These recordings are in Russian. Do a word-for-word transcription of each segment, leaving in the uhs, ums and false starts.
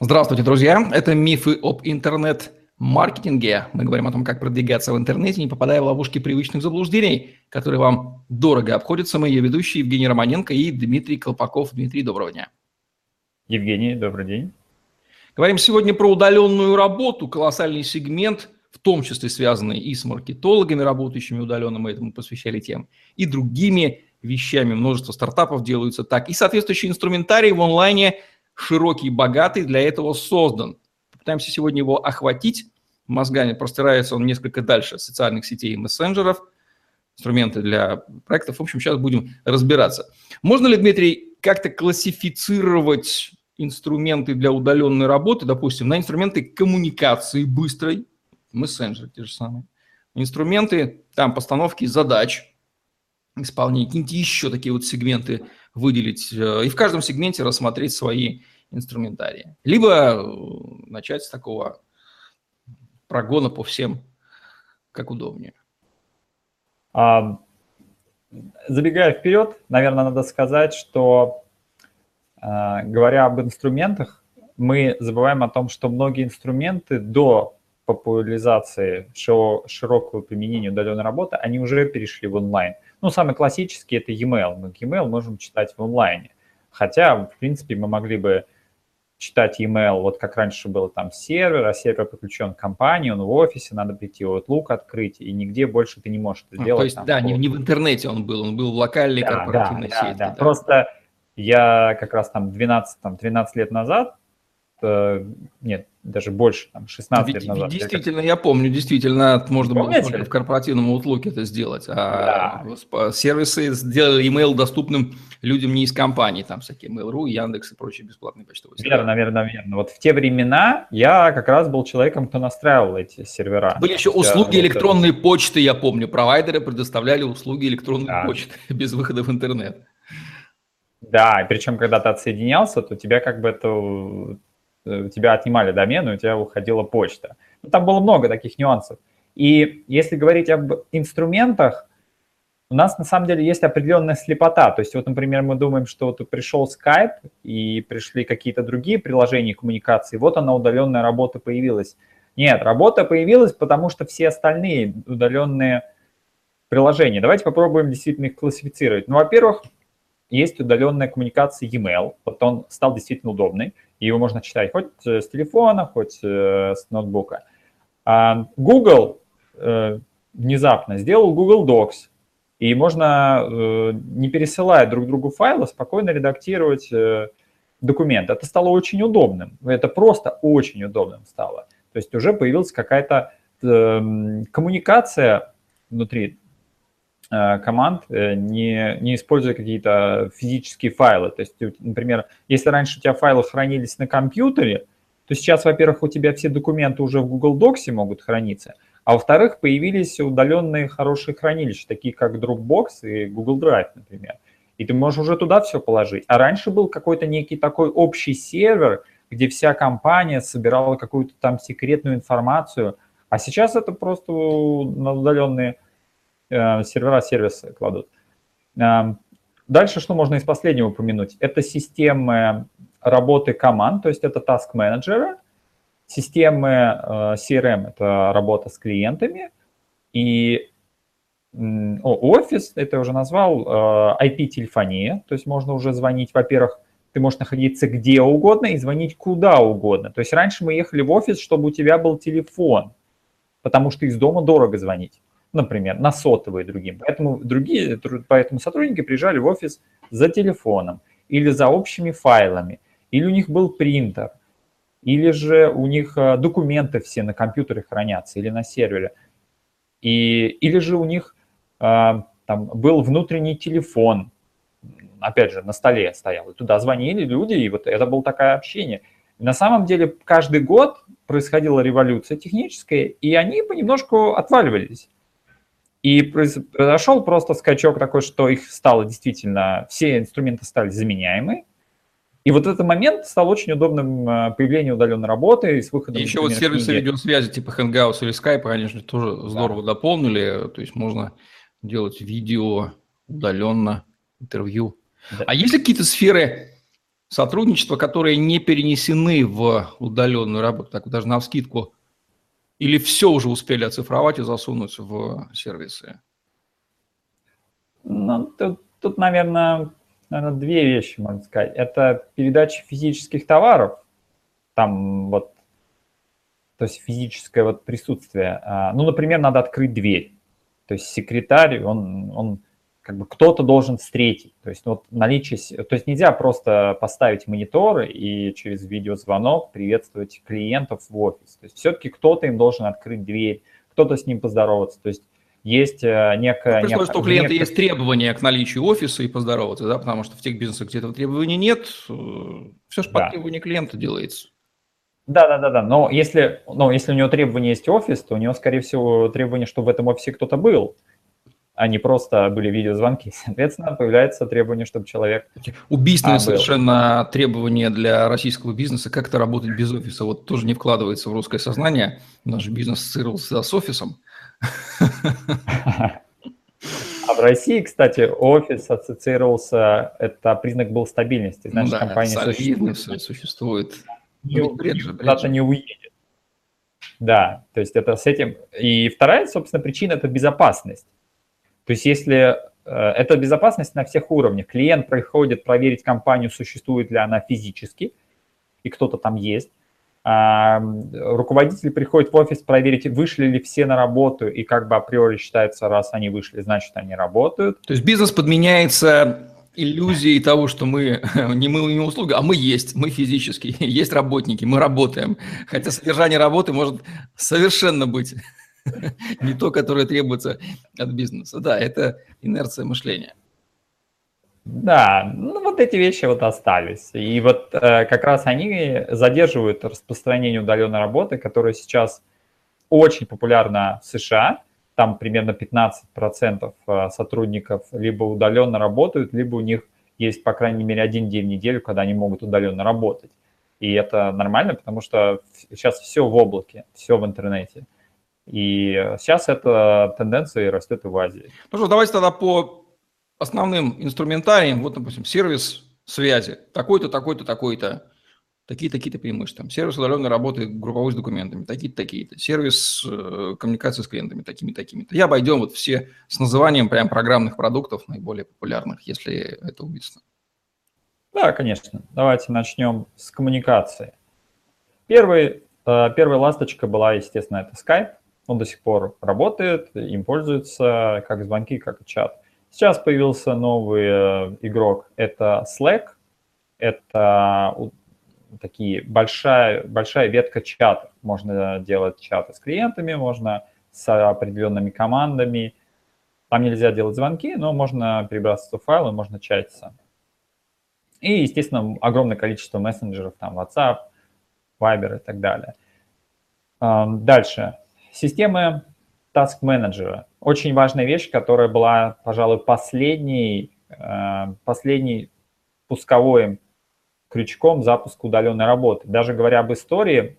Здравствуйте, друзья! Это «Мифы об интернет-маркетинге». Мы говорим о том, как продвигаться в интернете, не попадая в ловушки привычных заблуждений, которые вам дорого обходятся. Мы ее ведущие Евгений Романенко и Дмитрий Колпаков. Дмитрий, доброго дня. Евгений, добрый день. Говорим сегодня про удаленную работу, колоссальный сегмент, в том числе связанный и с маркетологами, работающими удаленно, мы этому посвящали тем, и другими вещами. Множество стартапов делаются так. И соответствующий инструментарий в онлайне широкий, богатый, для этого создан. Попытаемся сегодня его охватить. Мозгами простирается он несколько дальше социальных сетей и мессенджеров, инструменты для проектов. В общем, сейчас будем разбираться. Можно ли, Дмитрий, как-то классифицировать инструменты для удаленной работы, допустим, на инструменты коммуникации быстрой, мессенджеры те же самые, инструменты там постановки задач, исполнения, какие-нибудь еще такие вот сегменты выделить и в каждом сегменте рассмотреть свои инструментарии. Либо начать с такого прогона по всем, как удобнее. А, забегая вперед, наверное, надо сказать, что, а, говоря об инструментах, мы забываем о том, что многие инструменты до популяризации широкого применения удаленной работы, они уже перешли в онлайн. Ну, самый классический – это e-mail. Мы e-mail можем читать в онлайне. Хотя, в принципе, мы могли бы читать e-mail, вот как раньше было там сервер, а сервер подключен к компании, он в офисе, надо прийти в Outlook открыть, и нигде больше ты не можешь это а, сделать. То есть, там, да, по... не, не в интернете он был, он был в локальной да, корпоративной да, сети. Да, да. Просто я как раз там двенадцать-тринадцать лет назад, э, нет, даже больше, там шестнадцать Ведь, лет назад. ведь действительно, я, я помню, действительно, можно Помните? было в корпоративном Outlook это сделать, а Да. сервисы сделали email доступным людям не из компаний, там всякие Mail.ru, Яндекс и прочие бесплатные почтовые сервисы. Верно, верно, верно. Вот в те времена я как раз был человеком, кто настраивал эти сервера. Были еще услуги электронной почты, я помню, провайдеры предоставляли услуги электронной да. почты без выхода в интернет. Да, причем когда ты отсоединялся, то тебя как бы это... тебя отнимали домен, и у тебя уходила почта. Ну, там было много таких нюансов. И если говорить об инструментах, у нас на самом деле есть определенная слепота. То есть вот, например, мы думаем, что вот пришел Skype и пришли какие-то другие приложения коммуникации, вот она, удаленная работа появилась. Нет, работа появилась, потому что все остальные удаленные приложения. Давайте попробуем действительно их классифицировать. Ну, во-первых, есть удаленная коммуникация e-mail, вот он стал действительно удобный, и его можно читать хоть с телефона, хоть с ноутбука. А Google э, внезапно сделал Google Docs, и можно, э, не пересылая друг другу файлы, спокойно редактировать э, документы. Это стало очень удобным, это просто очень удобным стало. То есть уже появилась какая-то э, коммуникация внутри команд, не, не используя какие-то физические файлы. То есть, например, если раньше у тебя файлы хранились на компьютере, то сейчас, во-первых, у тебя все документы уже в Google Docs могут храниться, а во-вторых, появились удаленные хорошие хранилища, такие как Dropbox и Google Drive, например. И ты можешь уже туда все положить. А раньше был какой-то некий такой общий сервер, где вся компания собирала какую-то там секретную информацию, а сейчас это просто на удаленные сервера, сервисы кладут. Дальше что можно из последнего упомянуть? Это системы работы команд, то есть это task manager, системы си ар эм, это работа с клиентами, и офис, это я уже назвал, ай пи-телефония, то есть можно уже звонить, во-первых, ты можешь находиться где угодно и звонить куда угодно. То есть раньше мы ехали в офис, чтобы у тебя был телефон, потому что из дома дорого звонить. Например, на сотовые другим. Поэтому другие, поэтому сотрудники приезжали в офис за телефоном или за общими файлами, или у них был принтер, или же у них документы все на компьютере хранятся или на сервере, и, или же у них а, там был внутренний телефон, опять же, на столе стоял, и туда звонили люди, и вот это было такое общение. И на самом деле каждый год происходила революция техническая, и они понемножку отваливались. И произошел просто скачок такой, что их стало действительно, все инструменты стали заменяемы. И вот этот момент стал очень удобным появлением удаленной работы и с выходом. И еще вот сервисы книги. Видеосвязи типа Hangouts или Skype, конечно, тоже здорово да. дополнили. То есть можно делать видео удаленно, интервью. Да. А есть ли какие-то сферы сотрудничества, которые не перенесены в удаленную работу, так вот даже навскидку, или все уже успели оцифровать и засунуть в сервисы? Ну, тут, тут наверное, наверное, две вещи, можно сказать. Это передача физических товаров, там вот, то есть физическое вот присутствие. А, Ну, например, надо открыть дверь. То есть секретарь, он, он как бы кто-то должен встретить. То есть ну, вот наличие, с- то есть нельзя просто поставить монитор и через видеозвонок приветствовать клиентов в офис. То есть все-таки кто-то им должен открыть дверь, кто-то с ним поздороваться. То есть есть э, Ну, некая, при условии, необх- что у в клиента некоторых. есть требования к наличию офиса и поздороваться, да, потому что в тех бизнесах, где этого требования нет, все же по Да. требованию клиента делается. Да, да, да, да. Но если, но если у него требование есть офис, то у него, скорее всего, требование, чтобы в этом офисе кто-то был, а не просто были видеозвонки. Соответственно, появляется требование, чтобы человек Убийственное а, был. совершенно требование для российского бизнеса, как это работать без офиса, вот тоже не вкладывается в русское сознание. Наш бизнес ассоциировался с офисом. А в России, кстати, офис ассоциировался, это признак был стабильности. Ну Значит, да, это компания солидно, существует, все существует. не, Ну ведь бред же, бред куда-то же. не уедет. Да, то есть это с этим. И вторая, собственно, причина – это безопасность. То есть если э, это безопасность на всех уровнях. Клиент приходит проверить компанию, существует ли она физически, и кто-то там есть. А, руководитель приходит в офис проверить, вышли ли все на работу, и как бы априори считается, раз они вышли, значит, они работают. То есть бизнес подменяется иллюзией того, что мы не мы не услуга, а мы есть, мы физически, есть работники, мы работаем. Хотя содержание работы может совершенно быть не то, которое требуется от бизнеса. Да, это инерция мышления. Да, ну вот эти вещи вот остались. И вот э, как раз они задерживают распространение удаленной работы, которая сейчас очень популярна в США. Там примерно пятнадцать процентов сотрудников либо удаленно работают, либо у них есть, по крайней мере, один день в неделю, когда они могут удаленно работать. И это нормально, потому что сейчас все в облаке, все в интернете. И сейчас эта тенденция растет и в Азии. Ну что, давайте тогда по основным инструментариям. Вот, допустим, сервис связи. Такой-то, такой-то, такой-то. Такие-то, такие-то преимущества. Сервис удаленной работы групповой с документами. Такие-то, такие-то. Сервис э, коммуникации с клиентами. Такими, такими-то. И обойдем вот все с называнием прям программных продуктов, наиболее популярных, если это уместно. Да, конечно. Давайте начнем с коммуникации. Первый, э, первая ласточка была, естественно, это Skype. Он до сих пор работает, им пользуются как звонки, как и чат. Сейчас появился новый э, игрок, это Slack. Это у- такие большая, большая ветка чатов. Можно делать чаты с клиентами, можно с определенными командами. Там нельзя делать звонки, но можно перебрасываться в файлы, можно чатиться. И, естественно, огромное количество мессенджеров, там WhatsApp, Viber и так далее. Ам, Дальше. Системы Task Manager. Очень важная вещь, которая была, пожалуй, последней, э, последней пусковой крючком запуска удаленной работы. Даже говоря об истории,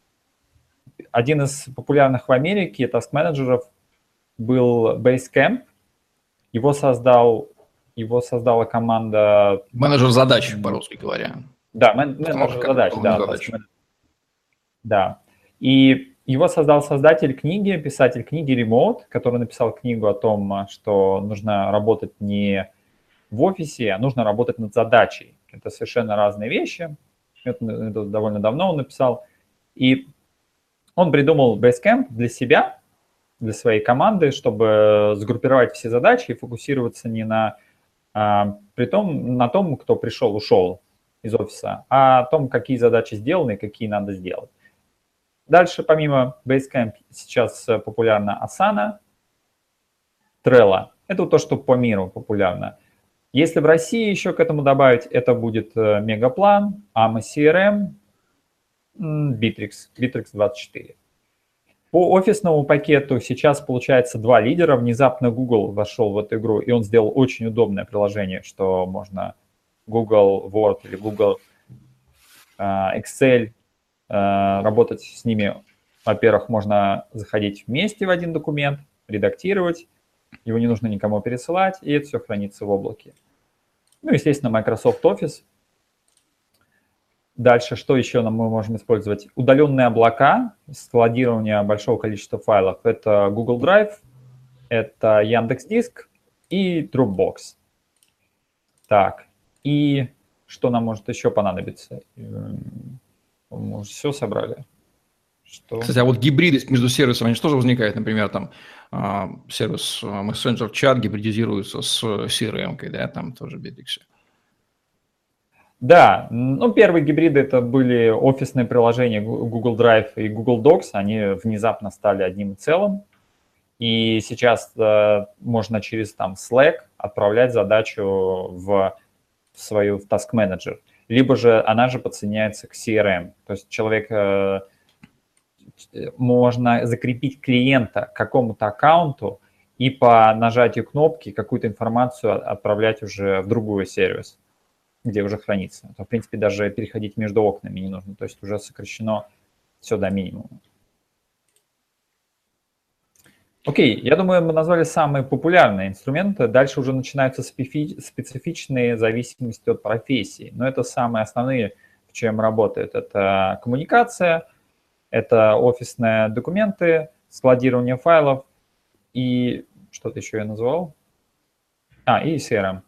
один из популярных в Америке task-менеджеров был Basecamp. Его создал, его создала команда... Менеджер задач, по-русски говоря. Да, мен- Установка менеджер как задач, выполнить да. задачу. task-менеджер. Да. И его создал создатель книги, писатель книги Remote, который написал книгу о том, что нужно работать не в офисе, а нужно работать над задачей. Это совершенно разные вещи. Это, это довольно давно он написал. И он придумал Basecamp для себя, для своей команды, чтобы сгруппировать все задачи и фокусироваться не на, а, при том, на том, кто пришел, ушел из офиса, а о том, какие задачи сделаны и какие надо сделать. Дальше, помимо Basecamp, сейчас популярна Asana, Trello. Это то, что по миру популярно. Если в России еще к этому добавить, это будет Мегаплан, эй эм си эр эм, Bittrex, Bittrex двадцать четыре. По офисному пакету сейчас получается два лидера. Внезапно Google вошел в эту игру, и он сделал очень удобное приложение, что можно Google Word или Google Excel работать с ними. Во-первых, можно заходить вместе в один документ, редактировать, его не нужно никому пересылать, и это все хранится в облаке. Ну, естественно, Microsoft Office. Дальше, что еще нам мы можем использовать? Удаленные облака, складирование большого количества файлов. Это Google Drive, это Яндекс.Диск и Dropbox. Так, и что нам может еще понадобиться? Мы уже все собрали. Что? Кстати, а вот гибридность между сервисами, они же тоже возникает, например, там а, сервис Messenger чат гибридизируется с си эр эм-кой, да, там тоже Bittrex. Да, ну первые гибриды это были офисные приложения Google Drive и Google Docs, они внезапно стали одним целым, и сейчас э, можно через там Slack отправлять задачу в, в свою в Task Manager, либо же она же подсоединяется к си эр эм, то есть человек э, можно закрепить клиента к какому-то аккаунту и по нажатию кнопки какую-то информацию отправлять уже в другой сервис, где уже хранится. То, в принципе, даже переходить между окнами не нужно. То есть уже сокращено все до минимума. Окей, я думаю, мы назвали самые популярные инструменты. Дальше уже начинаются специфичные зависимости от профессии. Но это самые основные, в чем работает. Это коммуникация, это офисные документы, складирование файлов и что-то еще я назвал. А, и си эр эм.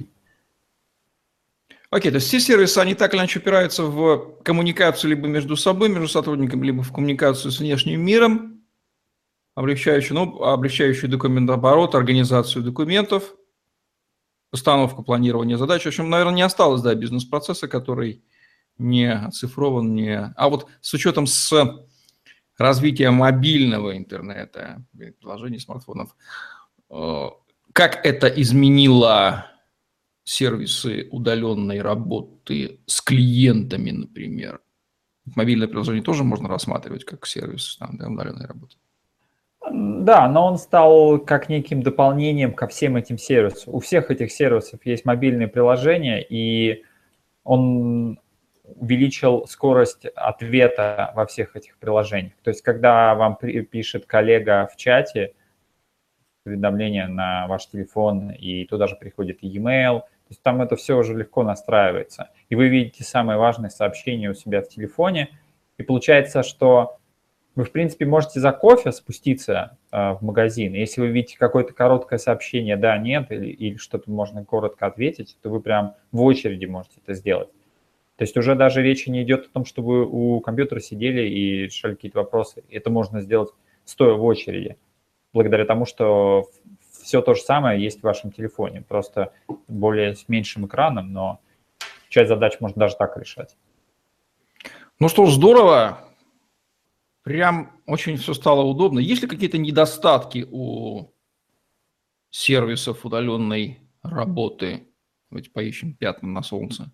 Окей, то есть все сервисы, они так или иначе упираются в коммуникацию либо между собой, между сотрудниками, либо в коммуникацию с внешним миром, облегчающую, ну, облегчающую документооборот, организацию документов, постановку, планирование задач. В общем, наверное, не осталось, да, бизнес-процесса, который не оцифрован, не... А вот с учетом с развитием мобильного интернета, приложений, смартфонов, как это изменило сервисы удаленной работы с клиентами, например? Мобильное приложение тоже можно рассматривать как сервис там, для удаленной работы. Да, но он стал как неким дополнением ко всем этим сервисам. У всех этих сервисов есть мобильные приложения, и он увеличил скорость ответа во всех этих приложениях. То есть, когда вам пишет коллега в чате, уведомление на ваш телефон, и туда же приходит e-mail, то есть там это все уже легко настраивается. И вы видите самые важные сообщения у себя в телефоне, и получается, что вы, в принципе, можете за кофе спуститься э, в магазин. Если вы видите какое-то короткое сообщение «да», «нет» или, или что-то можно коротко ответить, то вы прям в очереди можете это сделать. То есть уже даже речи не идет о том, чтобы вы у компьютера сидели и решали какие-то вопросы. Это можно сделать стоя в очереди, благодаря тому, что все то же самое есть в вашем телефоне, просто более с меньшим экраном, но часть задач можно даже так решать. Ну что ж, здорово. Прям очень все стало удобно. Есть ли какие-то недостатки у сервисов удаленной работы? Давайте поищем пятна на солнце.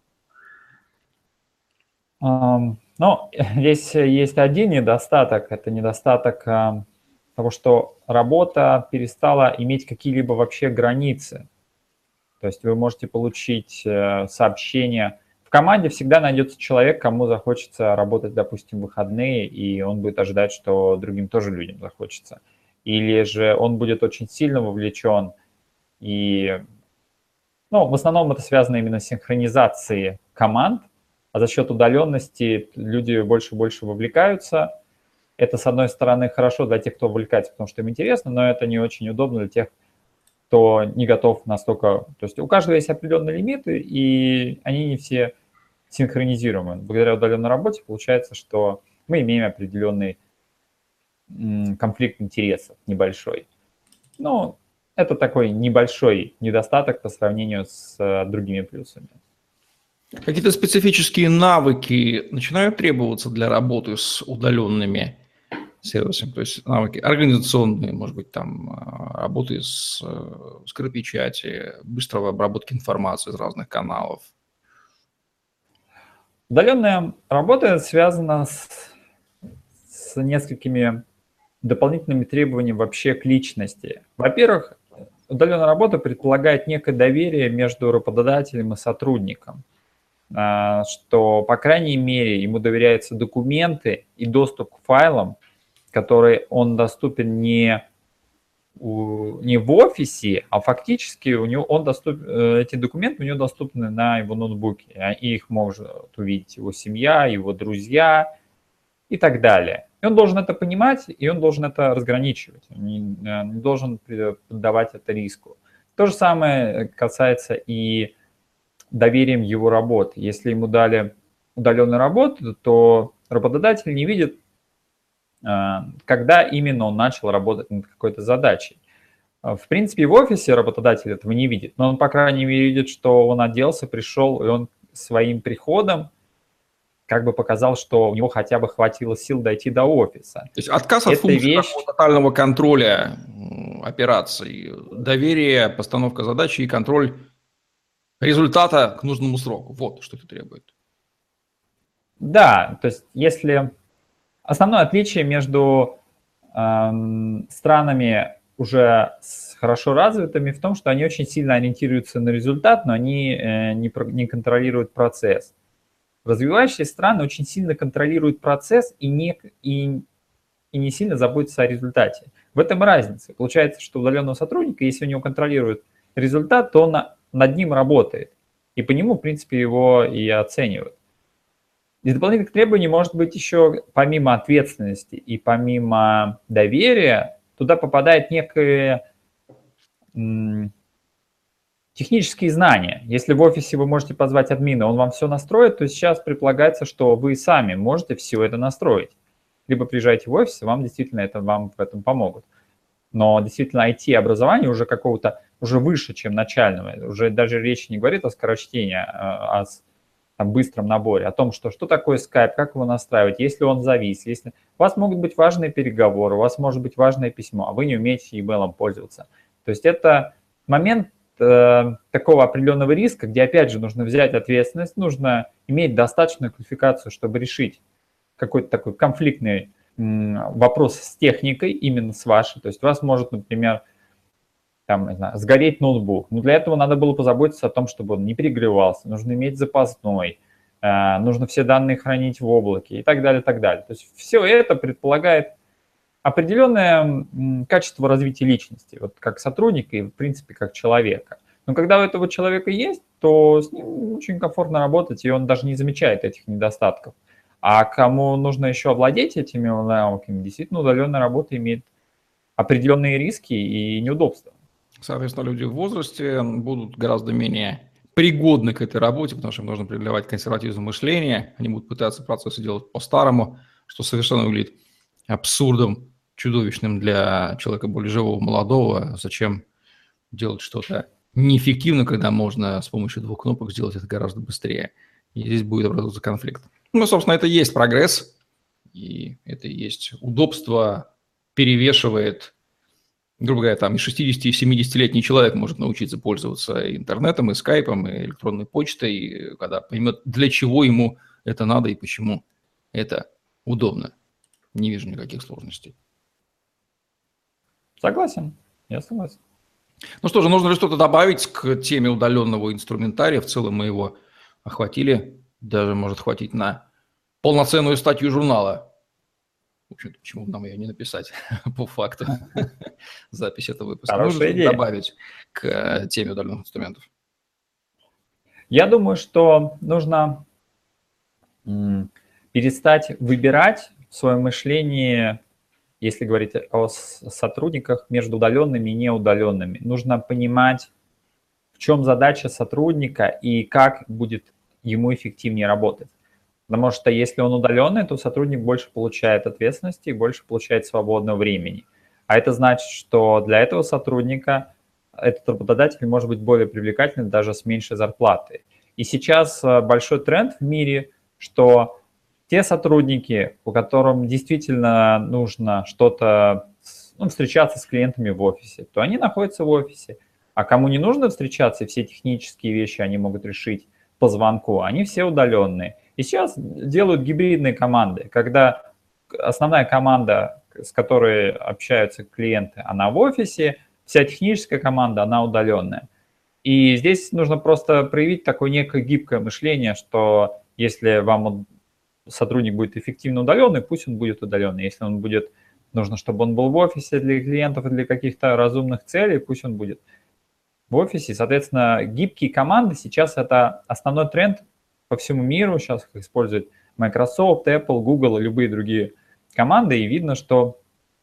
Um, ну, здесь есть один недостаток. Это недостаток uh, того, что работа перестала иметь какие-либо вообще границы. То есть вы можете получить uh, сообщение. В команде всегда найдется человек, кому захочется работать, допустим, в выходные, и он будет ожидать, что другим тоже людям захочется. Или же он будет очень сильно вовлечен. И, ну, в основном это связано именно с синхронизацией команд. А за счет удаленности люди больше и больше вовлекаются. Это, с одной стороны, хорошо для тех, кто вовлекается, потому что им интересно, но это не очень удобно для тех, кто не готов настолько... То есть у каждого есть определенные лимиты, и они не все синхронизируемы. Благодаря удаленной работе получается, что мы имеем определенный конфликт интересов небольшой. Ну, это такой небольшой недостаток по сравнению с другими плюсами. Какие-то специфические навыки начинают требоваться для работы с удаленными сервисами, то есть навыки организационные, может быть, там работы с скрытой печати, быстрой обработки информации из разных каналов. Удаленная работа связана с, с несколькими дополнительными требованиями вообще к личности. Во-первых, удаленная работа предполагает некое доверие между работодателем и сотрудником, что, по крайней мере, ему доверяются документы и доступ к файлам, которые он доступен не у, не в офисе, а фактически у него он доступ, эти документы у него доступны на его ноутбуке, и их может увидеть его семья, его друзья и так далее. И он должен это понимать, и он должен это разграничивать, он не, не должен поддавать это риску. То же самое касается и доверием его работы. Если ему дали удаленную работу, то работодатель не видит, когда именно он начал работать над какой-то задачей. В принципе, в офисе работодатель этого не видит, но он, по крайней мере, видит, что он оделся, пришел, и он своим приходом как бы показал, что у него хотя бы хватило сил дойти до офиса. То есть отказ от функции вещь... тотального контроля операций, доверие, постановка задачи и контроль результата к нужному сроку. Вот что это требует. Да, то есть если... Основное отличие между э, странами уже с хорошо развитыми в том, что они очень сильно ориентируются на результат, но они э, не, про, не контролируют процесс. Развивающиеся страны очень сильно контролируют процесс и не, и, и не сильно заботятся о результате. В этом и разница. Получается, что удаленного сотрудника, если у него контролирует результат, то он на, над ним работает. И по нему, в принципе, его и оценивают. Из дополнительных требований может быть еще, помимо ответственности и помимо доверия, туда попадают некие м, технические знания. Если в офисе вы можете позвать админа, он вам все настроит, то сейчас предполагается, что вы сами можете все это настроить. Либо приезжайте в офис, и вам действительно это, вам в этом помогут. Но действительно ай ти-образование уже какого-то, уже выше, чем начального. Уже даже речь не говорит о скорочтении, а о там, быстром наборе, о том, что, что такое Skype, как его настраивать, если он завис, если... У вас могут быть важные переговоры, у вас может быть важное письмо, а вы не умеете имейлом пользоваться. То есть это момент э, такого определенного риска, где, опять же, нужно взять ответственность, нужно иметь достаточную квалификацию, чтобы решить какой-то такой конфликтный м, вопрос с техникой, именно с вашей. То есть у вас может, например, там, не знаю, сгореть ноутбук. Но для этого надо было позаботиться о том, чтобы он не перегревался, нужно иметь запасной, э, нужно все данные хранить в облаке и так далее, и так далее. То есть все это предполагает определенное м, качество развития личности, вот как сотрудника и, в принципе, как человека. Но когда у этого человека есть, то с ним очень комфортно работать, и он даже не замечает этих недостатков. А кому нужно еще овладеть этими навыками, действительно удаленная работа имеет определенные риски и неудобства. Соответственно, люди в возрасте будут гораздо менее пригодны к этой работе, потому что им нужно преодолевать консерватизм мышления, они будут пытаться процессы делать по-старому, что совершенно выглядит абсурдом, чудовищным для человека более живого, молодого. Зачем делать что-то неэффективно, когда можно с помощью двух кнопок сделать это гораздо быстрее? И здесь будет образовываться конфликт. Ну, собственно, это и есть прогресс, и это и есть удобство перевешивает. Грубо говоря, там и шестидесяти- и семидесятилетний человек может научиться пользоваться интернетом, и скайпом, и электронной почтой, когда поймет, для чего ему это надо и почему это удобно. Не вижу никаких сложностей. Согласен, я согласен. Ну что же, нужно ли что-то добавить к теме удаленного инструментария? В целом мы его охватили, даже может хватить на полноценную статью журнала. В общем-то, почему бы нам ее не написать по факту запись этого выпуска. Хорошая идея. Добавить к теме удаленных инструментов. Я думаю, что нужно м, перестать выбирать в своем мышлении, если говорить о сотрудниках, между удаленными и неудаленными. Нужно понимать, в чем задача сотрудника и как будет ему эффективнее работать. Потому что если он удаленный, то сотрудник больше получает ответственности и больше получает свободного времени. А это значит, что для этого сотрудника этот работодатель может быть более привлекательным даже с меньшей зарплатой. И сейчас большой тренд в мире, что те сотрудники, у которым действительно нужно что-то, ну, встречаться с клиентами в офисе, то они находятся в офисе. А кому не нужно встречаться, и все технические вещи они могут решить по звонку, они все удаленные. И сейчас делают гибридные команды, когда основная команда, с которой общаются клиенты, она в офисе, вся техническая команда, она удаленная. И здесь нужно просто проявить такое некое гибкое мышление, что если вам сотрудник будет эффективно удаленный, пусть он будет удаленный. Если он будет нужно, чтобы он был в офисе для клиентов и для каких-то разумных целей, пусть он будет в офисе. Соответственно, гибкие команды сейчас это основной тренд по всему миру. Сейчас их используют Microsoft, Apple, Google и любые другие команды. И видно, что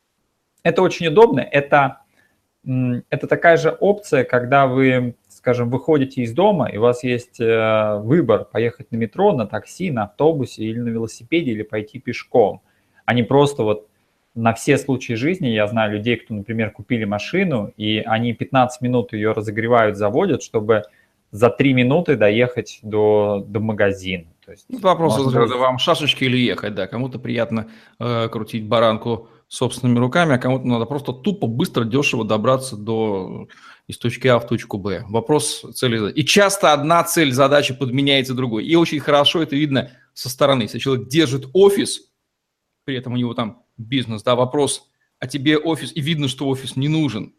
это очень удобно. Это, это такая же опция, когда вы, скажем, выходите из дома, и у вас есть выбор поехать на метро, на такси, на автобусе или на велосипеде, или пойти пешком, а не просто вот на все случаи жизни. Я знаю людей, кто, например, купили машину, и они пятнадцать минут ее разогревают, заводят, чтобы за три минуты доехать до, до магазина. То есть, вопрос, можно... вам шашечки или ехать, да, кому-то приятно э, крутить баранку собственными руками, а кому-то надо просто тупо, быстро, дешево добраться до, из точки А в точку Б. Вопрос цели. И часто одна цель задачи подменяется другой. И очень хорошо это видно со стороны. Если человек держит офис, при этом у него там бизнес, да, вопрос, а тебе офис, и видно, что офис не нужен.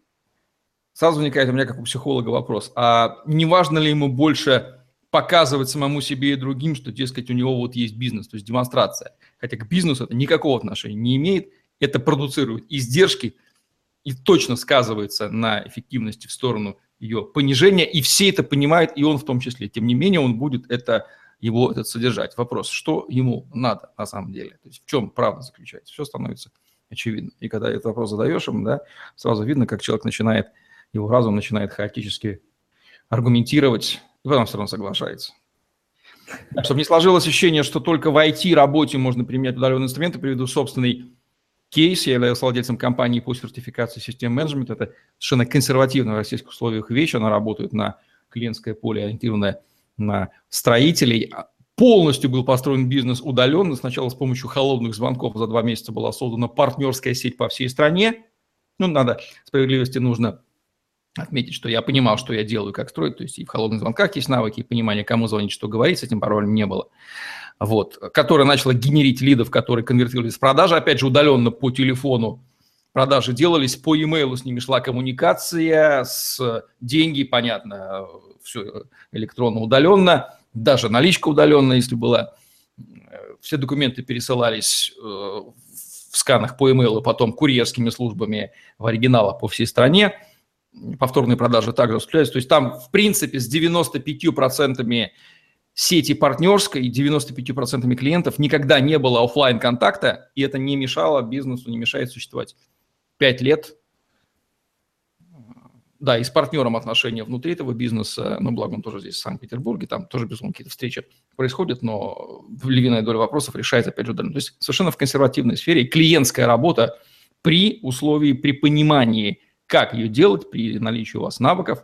Сразу возникает у меня, как у психолога, вопрос, а не важно ли ему больше показывать самому себе и другим, что, дескать, у него вот есть бизнес, то есть демонстрация. Хотя к бизнесу это никакого отношения не имеет, это продуцирует издержки и точно сказывается на эффективности в сторону ее понижения, и все это понимают, и он в том числе. Тем не менее, он будет это, его это содержать. Вопрос, что ему надо на самом деле, то есть в чем правда заключается, все становится очевидно. И когда этот вопрос задаешь ему, да, сразу видно, как человек начинает, его разум начинает хаотически аргументировать, и потом все равно соглашается. Чтобы не сложилось ощущение, что только в ай ти-работе можно применять удаленные инструменты, приведу собственный кейс. Я являюсь владельцем компании по сертификации систем менеджмента. Это совершенно консервативная в российских условиях вещь. Она работает на клиентское поле, ориентированное на строителей. Полностью был построен бизнес удаленно. Сначала с помощью холодных звонков за два месяца была создана партнерская сеть по всей стране. Ну, надо, справедливости нужно отметить, что я понимал, что я делаю, как строить, то есть и в холодных звонках есть навыки, и понимание, кому звонить, что говорить, с этим проблем не было. Вот, которая начала генерить лидов, которые конвертировались в продажи, опять же, удаленно по телефону. Продажи делались, по e-mail с ними шла коммуникация, с деньги, понятно, все электронно, удаленно, даже наличка удаленно, если была. Все документы пересылались в сканах по e-mail, потом курьерскими службами в оригиналах по всей стране. Повторные продажи также осуществляются. То есть там, в принципе, с девяноста пятью процентами сети партнерской и девяноста пятью процентами клиентов никогда не было офлайн контакта, и это не мешало бизнесу, не мешает существовать пять лет. Да, и с партнером отношения внутри этого бизнеса, ну, благо он тоже здесь, в Санкт-Петербурге, там тоже, безусловно, какие-то встречи происходят, но львиная доля вопросов решается, опять же, удаленно. То есть совершенно в консервативной сфере клиентская работа при условии, при понимании, как ее делать при наличии у вас навыков.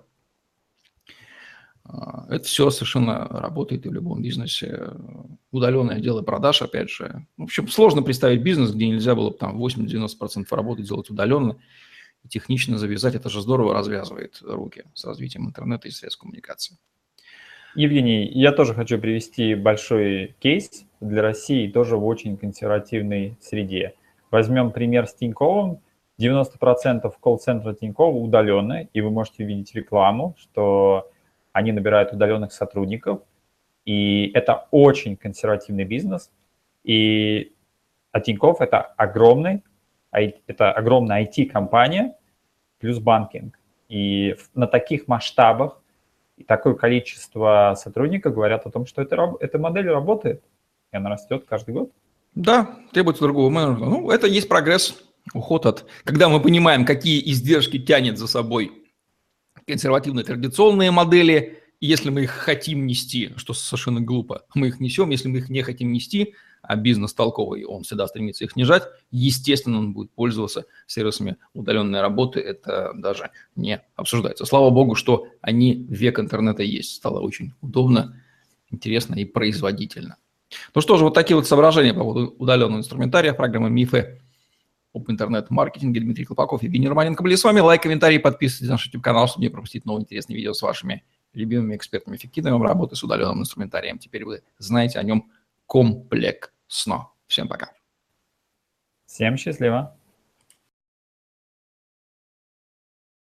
Это все совершенно работает и в любом бизнесе. Удаленное отделы продаж, опять же. В общем, сложно представить бизнес, где нельзя было бы там восемьдесят-девяносто процентов работы делать удаленно и технично завязать. Это же здорово развязывает руки с развитием интернета и средств коммуникации. Евгений, я тоже хочу привести большой кейс для России, тоже в очень консервативной среде. Возьмем пример с Тиньковым. девяносто процентов колл-центра Тинькова удаленно, и вы можете видеть рекламу, что они набирают удаленных сотрудников, и это очень консервативный бизнес. И а Тинькофф – это огромный, это огромная ай ти-компания плюс банкинг. И на таких масштабах и такое количество сотрудников говорят о том, что эта, эта модель работает, и она растет каждый год. Да, требуется другого менеджера. Ну, это есть прогресс. Уход от... Когда мы понимаем, какие издержки тянет за собой консервативные традиционные модели, и если мы их хотим нести, что совершенно глупо, мы их несем, если мы их не хотим нести, а бизнес толковый, он всегда стремится их снижать, естественно, он будет пользоваться сервисами удаленной работы, это даже не обсуждается. Слава богу, что они в век интернета есть, стало очень удобно, интересно и производительно. Ну что же, вот такие вот соображения по поводу удаленного инструментария программы «Мифы» об интернет-маркетинге. Дмитрий Колпаков, Евгений Романенко были с вами. Лайк, комментарий, подписывайтесь на наш YouTube-канал, чтобы не пропустить новые интересные видео с вашими любимыми экспертами. Эффективной вам работы с удаленным инструментарием. Теперь вы знаете о нем комплексно. Всем пока. Всем счастливо.